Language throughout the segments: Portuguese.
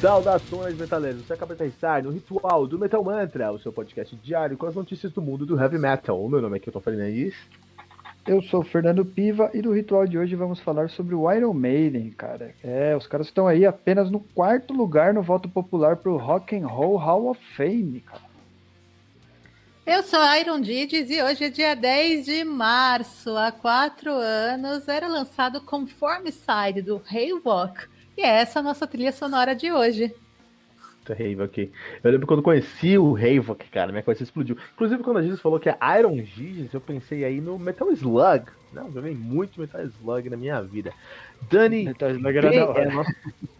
Saudações, metaleiros! Você acaba de aterrissar no Ritual do Metal Mantra, o seu podcast diário com as notícias do mundo do Heavy Metal. O meu nome é Kilton Fernandes. Eu sou o Fernando Piva e no Ritual de hoje vamos falar sobre o Iron Maiden, cara. Os caras estão aí apenas no 4º lugar no voto popular pro Rock and Roll Hall of Fame, cara. Eu sou a Iron Dides e hoje é dia 10 de março. Há 4 anos era lançado Conform Side do Havok. E é essa a nossa trilha sonora de hoje. Havok. Eu lembro quando conheci o Havok, cara, minha cabeça explodiu. Inclusive, quando a Giz falou que é Iron Giz, eu pensei aí no Metal Slug. Não, joguei muito Metal Slug na minha vida. Dani B é a nossa...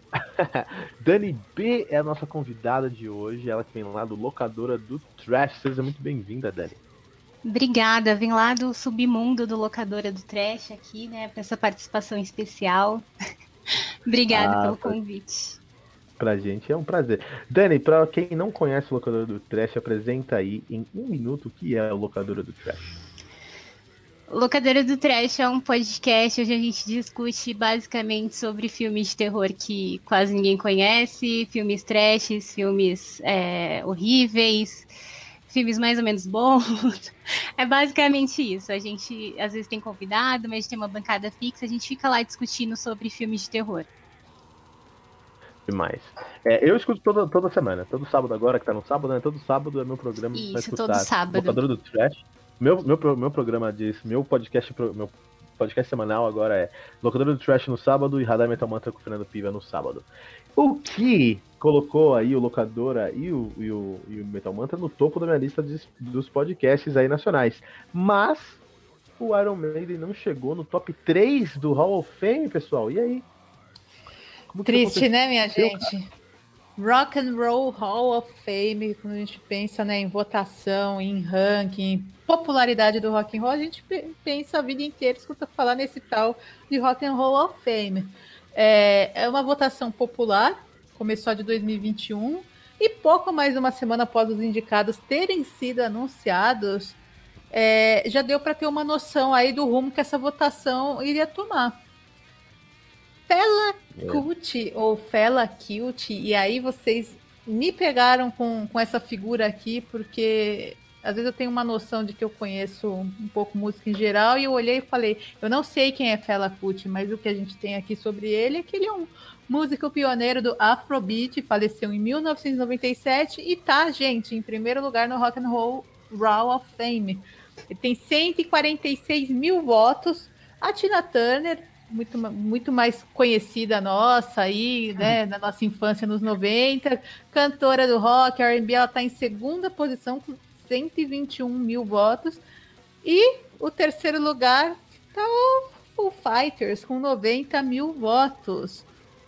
Dani B é a nossa convidada de hoje, ela que vem lá do Locadora do Trash. Seja muito bem-vinda, Dani. Obrigada, vim lá do submundo do Locadora do Trash aqui, né, para essa participação especial. Obrigada pelo convite. Pra gente é um prazer. Dani, pra quem não conhece o Locadora do Trash, apresenta aí em 1 minuto o que é o Locadora do Trash. Locadora do Trash é um podcast onde a gente discute basicamente sobre filmes de terror que quase ninguém conhece, filmes trashes, filmes horríveis, filmes mais ou menos bons. É basicamente isso. A gente às vezes tem convidado, mas a gente tem uma bancada fixa, a gente fica lá discutindo sobre filmes de terror. Demais. Eu escuto toda semana, todo sábado agora, que tá no sábado, né? Todo sábado é meu programa pra escutar. Todo sábado. Locadora do Trash. Meu programa disso, meu podcast semanal agora é Locadora do Trash no sábado e Radar Metal Mantra com o Fernando Piva no sábado. O que colocou aí o Locadora e o Metal Mantra no topo da minha lista dos podcasts aí nacionais. Mas o Iron Maiden não chegou no top 3 do Hall of Fame, pessoal. E aí? Triste, né, minha gente? Rock and Roll Hall of Fame, quando a gente pensa, né, em votação, em ranking, em popularidade do rock and roll, a gente pensa a vida inteira, escuta falar nesse tal de Rock and Roll of Fame. É uma votação popular, começou de 2021, e pouco mais de uma semana após os indicados terem sido anunciados, já deu para ter uma noção aí do rumo que essa votação iria tomar. Fela Kuti ou Fela Kuti, e aí vocês me pegaram com essa figura aqui, porque às vezes eu tenho uma noção de que eu conheço um pouco música em geral, e eu olhei e falei, eu não sei quem é Fela Kuti, mas o que a gente tem aqui sobre ele é que ele é um músico pioneiro do Afrobeat, faleceu em 1997 e tá, gente, em primeiro lugar no Rock and Roll Hall of Fame. Ele tem 146 mil votos. A Tina Turner, muito mais conhecida nossa aí, né, da nossa infância nos 90, cantora do rock, R&B, ela está em segunda posição com 121 mil votos, e o terceiro lugar está o Foo Fighters com 90 mil votos.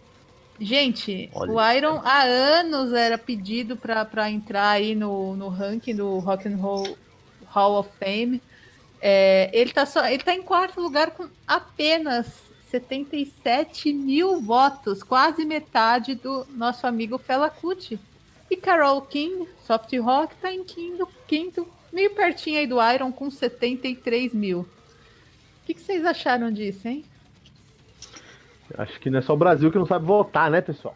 Gente, olha, o Iron há anos era pedido para entrar aí no ranking do Rock and Roll Hall of Fame. Ele tá em 4º lugar com apenas 77 mil votos, quase metade do nosso amigo Fela Kuti. E Carole King, Soft Rock, tá em quinto, meio pertinho aí do Iron, com 73 mil. O que vocês acharam disso, hein? Acho que não é só o Brasil que não sabe votar, né, pessoal?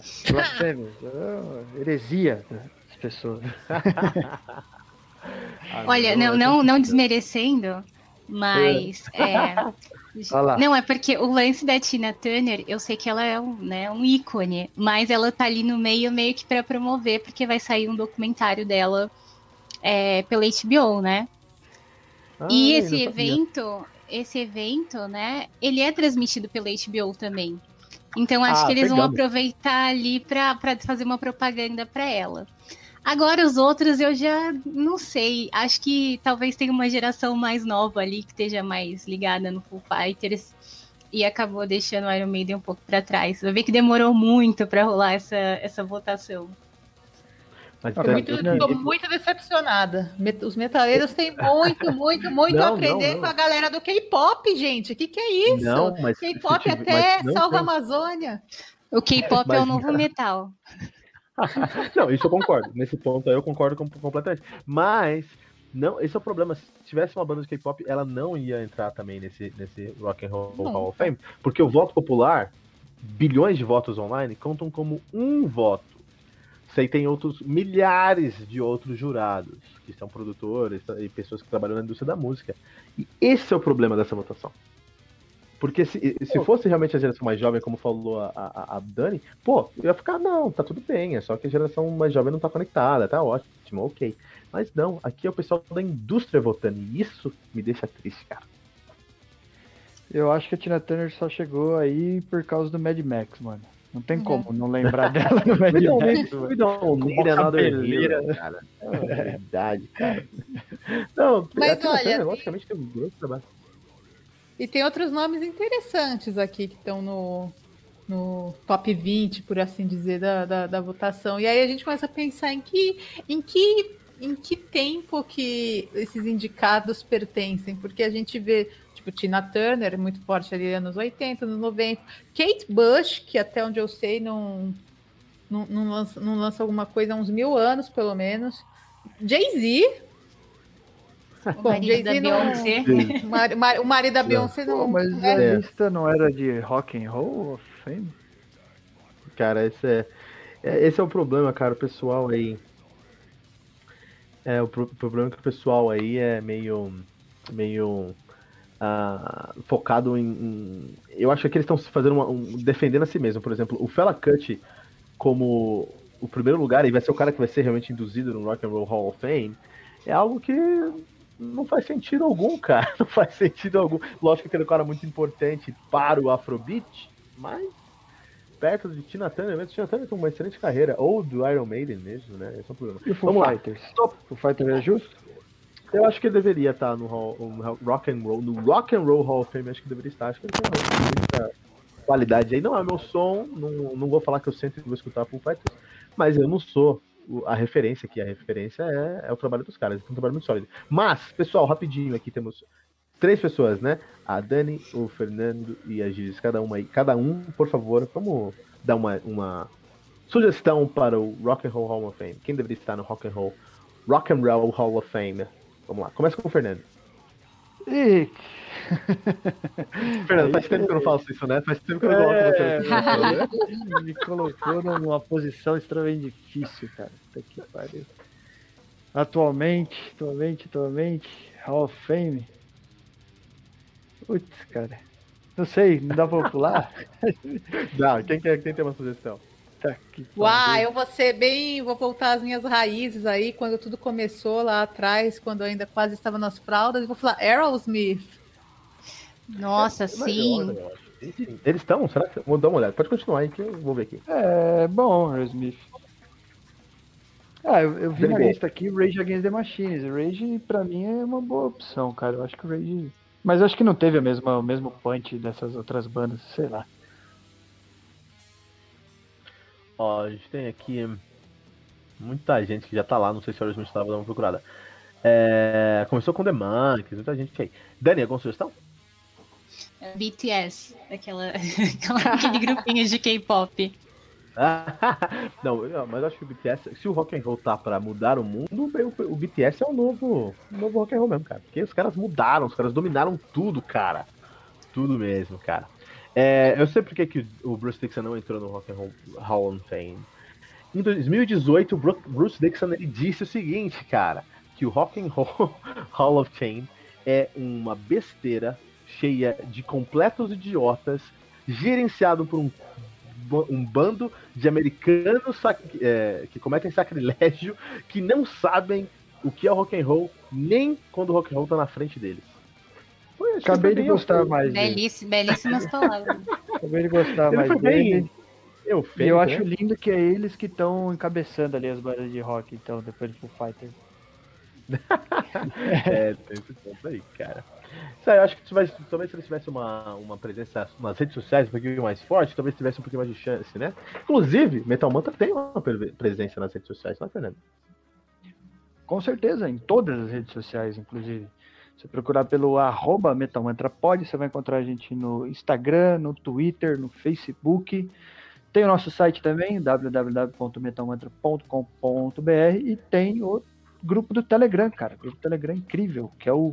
Heresia das pessoas. Olha, não desmerecendo, mas não, é porque o lance da Tina Turner, eu sei que ela é um ícone, mas ela tá ali no meio que para promover, porque vai sair um documentário dela pela HBO, né? E esse evento, né, ele é transmitido pela HBO também. Então acho que eles vão aproveitar ali para fazer uma propaganda para ela. Agora os outros eu já não sei, acho que talvez tenha uma geração mais nova ali que esteja mais ligada no Foo Fighters e acabou deixando o Iron Maiden um pouco para trás. Eu vi que demorou muito para rolar essa votação. Tô muito decepcionada. Os metaleiros têm muito a aprender com a galera do K-pop, gente. O que é isso? Não, mas K-pop até salva a Amazônia. O K-pop é o novo metal. Não, isso eu concordo. Nesse ponto aí eu concordo completamente. Mas, não, esse é o problema. Se tivesse uma banda de K-pop, ela não ia entrar também nesse Rock and Roll Hall of Fame, porque o voto popular bilhões de votos online contam como um voto. Você tem outros milhares de outros jurados, que são produtores e pessoas que trabalham na indústria da música. E esse é o problema dessa votação. Porque se fosse realmente a geração mais jovem, como falou a Dani, eu ia ficar, não, tá tudo bem, é só que a geração mais jovem não tá conectada, tá ótimo, ok. Mas não, aqui é o pessoal da indústria votando, e isso me deixa triste, cara. Eu acho que a Tina Turner só chegou aí por causa do Mad Max, mano. Não tem como não lembrar dela no Mad Max. We don't need another hero, cara. É verdade, cara. Não, mas a Tina olha, Turner, logicamente, tem um grande trabalho. E tem outros nomes interessantes aqui que estão no top 20, por assim dizer, da votação. E aí a gente começa a pensar em que tempo que esses indicados pertencem. Porque a gente vê, tipo, Tina Turner, muito forte ali anos 80, anos 90. Kate Bush, que até onde eu sei não lança alguma coisa há uns 1000 anos, pelo menos. Jay-Z. O marido da Beyoncé. O marido da Beyoncé não. Mas a lista não era de Rock and Roll of Fame? Cara, esse é o problema, cara. O pessoal aí. O problema é que o pessoal aí é meio focado em. Eu acho que eles estão fazendo defendendo a si mesmo. Por exemplo, o Fela Kuti como o primeiro lugar, e vai ser o cara que vai ser realmente induzido no Rock and Roll Hall of Fame, é algo que não faz sentido algum, cara. Não faz sentido algum. Lógico que ele é um cara muito importante para o Afrobeat, mas perto de Tina Turner mesmo. Tina Turner tem uma excelente carreira, ou do Iron Maiden mesmo, né? Esse é o problema. E o Foo Fighters? O Fighter é justo? Eu acho que ele deveria estar no Rock and Roll Hall of Fame, acho que deveria estar. Acho que ele tem muita qualidade aí. Não é meu som, não vou falar que eu sempre vou escutar Foo Fighters, mas eu não sou a referência aqui. A referência é o trabalho dos caras, é um trabalho muito sólido. Mas, pessoal, rapidinho, aqui temos 3 pessoas, né? A Dani, o Fernando e a Giz, cada um, por favor, vamos dar uma sugestão para o Rock and Roll Hall of Fame. Quem deveria estar no Rock and Roll Hall of Fame? Vamos lá, começa com o Fernando. Fernando, faz tempo que eu não faço isso, né? Faz tempo que eu não coloco você. Né? Me colocou numa posição extremamente difícil, cara. Puta que pariu. Atualmente, Hall of Fame. Putz, cara. Não sei, não dá pra pular? Não, quem tem uma sugestão? Tá, eu vou voltar às minhas raízes aí, quando tudo começou lá atrás, quando eu ainda quase estava nas fraldas, e vou falar Aerosmith. Nossa, sim. Eles estão? Será que... Vou dar uma olhada. Pode continuar aí que eu vou ver aqui. É bom, Aerosmith. Eu vi na lista aqui Rage Against the Machines. Rage, pra mim, é uma boa opção, cara. Eu acho que o Rage... Mas eu acho que não teve o mesmo punch dessas outras bandas, sei lá. Ó, a gente tem aqui muita gente que já tá lá, não sei se o Aerosmith estava dando uma procurada. Começou com The Monkees, muita gente aí. Dani, alguma sugestão? BTS, aquele grupinho de K-pop. Não, mas eu acho que o BTS, se o rock and roll tá pra mudar o mundo, o BTS é o novo rock and roll mesmo, cara. Porque os caras mudaram, os caras dominaram tudo, cara. Tudo mesmo, cara. Eu sei porque que o Bruce Dickinson não entrou no Rock and Roll Hall of Fame. Em 2018, o Bruce Dickinson ele disse o seguinte, cara, que o Rock and Roll Hall of Fame é uma besteira cheia de completos idiotas, gerenciado por um bando de americanos que cometem sacrilégio, que não sabem o que é o rock and roll, nem quando o rock and roll tá na frente deles. Acabei de gostar mais dele. Belíssimas palavras. Acabei de gostar mais dele. Eu acho lindo que é eles que estão encabeçando ali as bandas de rock, então, depois do Foo Fighters. Tem esse ponto aí, cara. Eu acho que talvez se eles tivessem uma presença nas redes sociais um pouquinho mais forte, talvez tivesse um pouquinho mais de chance, né? Inclusive, Metal Mantra tem uma presença nas redes sociais, não é, Fernando? Com certeza, em todas as redes sociais, inclusive. Se procurar pelo @MetalMantraPod, você vai encontrar a gente no Instagram, no Twitter, no Facebook. Tem o nosso site também, www.metalmantra.com.br, e tem o grupo do Telegram, cara. O grupo do Telegram incrível, que é o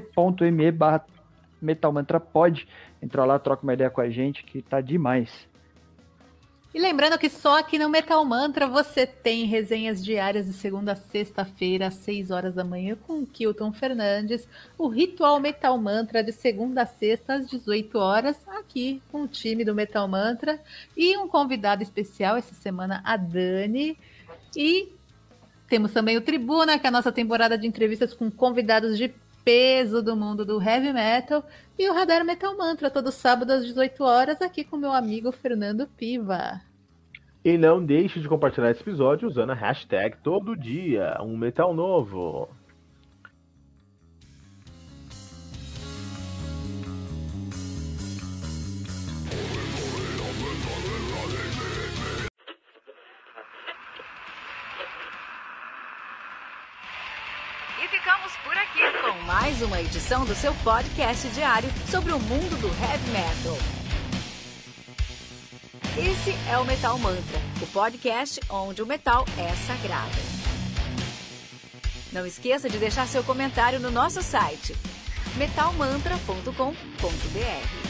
t.me/MetalMantraPod. Entra lá, troca uma ideia com a gente, que tá demais. E lembrando que só aqui no Metal Mantra você tem resenhas diárias de segunda a sexta-feira, às 6 horas da manhã, com o Kilton Fernandes. O Ritual Metal Mantra de segunda a sexta, às 18 horas, aqui com o time do Metal Mantra. E um convidado especial essa semana, a Dani. E temos também o Tribuna, que é a nossa temporada de entrevistas com convidados de peso do mundo do heavy metal, e o Radar Metal Mantra, todo sábado às 18 horas, aqui com meu amigo Fernando Piva. E não deixe de compartilhar esse episódio usando a hashtag todo dia, um metal novo. E ficamos por aqui com mais uma edição do seu podcast diário sobre o mundo do heavy metal. Esse é o Metal Mantra, o podcast onde o metal é sagrado. Não esqueça de deixar seu comentário no nosso site metalmantra.com.br.